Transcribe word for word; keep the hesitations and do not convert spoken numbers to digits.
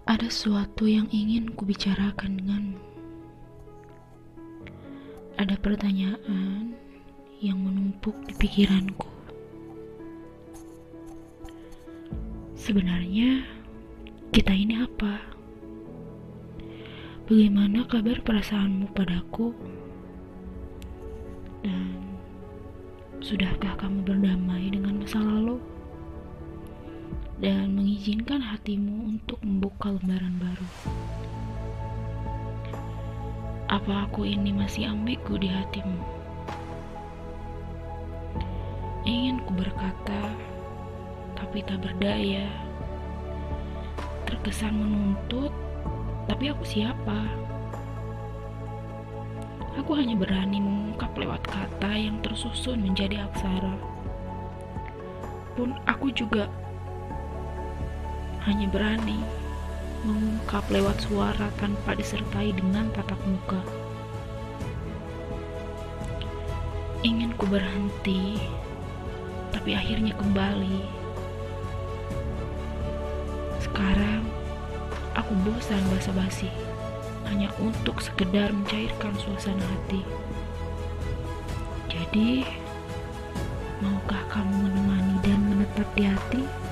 Ada sesuatu yang ingin kubicarakan denganmu. Ada pertanyaan yang menumpuk di pikiranku. Sebenarnya kita ini apa? Bagaimana kabar perasaanmu padaku? Dan sudahkah kamu berdamai dengan masa lalu? Dan mengizinkan hatimu untuk membuka lembaran baru. Apa aku ini masih ambigu di hatimu? Ingin ku berkata, tapi tak berdaya. Terkesan menuntut, tapi aku siapa? Aku hanya berani mengungkap lewat kata yang tersusun menjadi aksara. Pun aku juga hanya berani mengungkap lewat suara tanpa disertai dengan tatap muka. Ingin ku berhenti, tapi akhirnya kembali. Sekarang aku bosan basa-basi, hanya untuk sekedar mencairkan suasana hati. Jadi, maukah kamu menemani dan menetap di hati?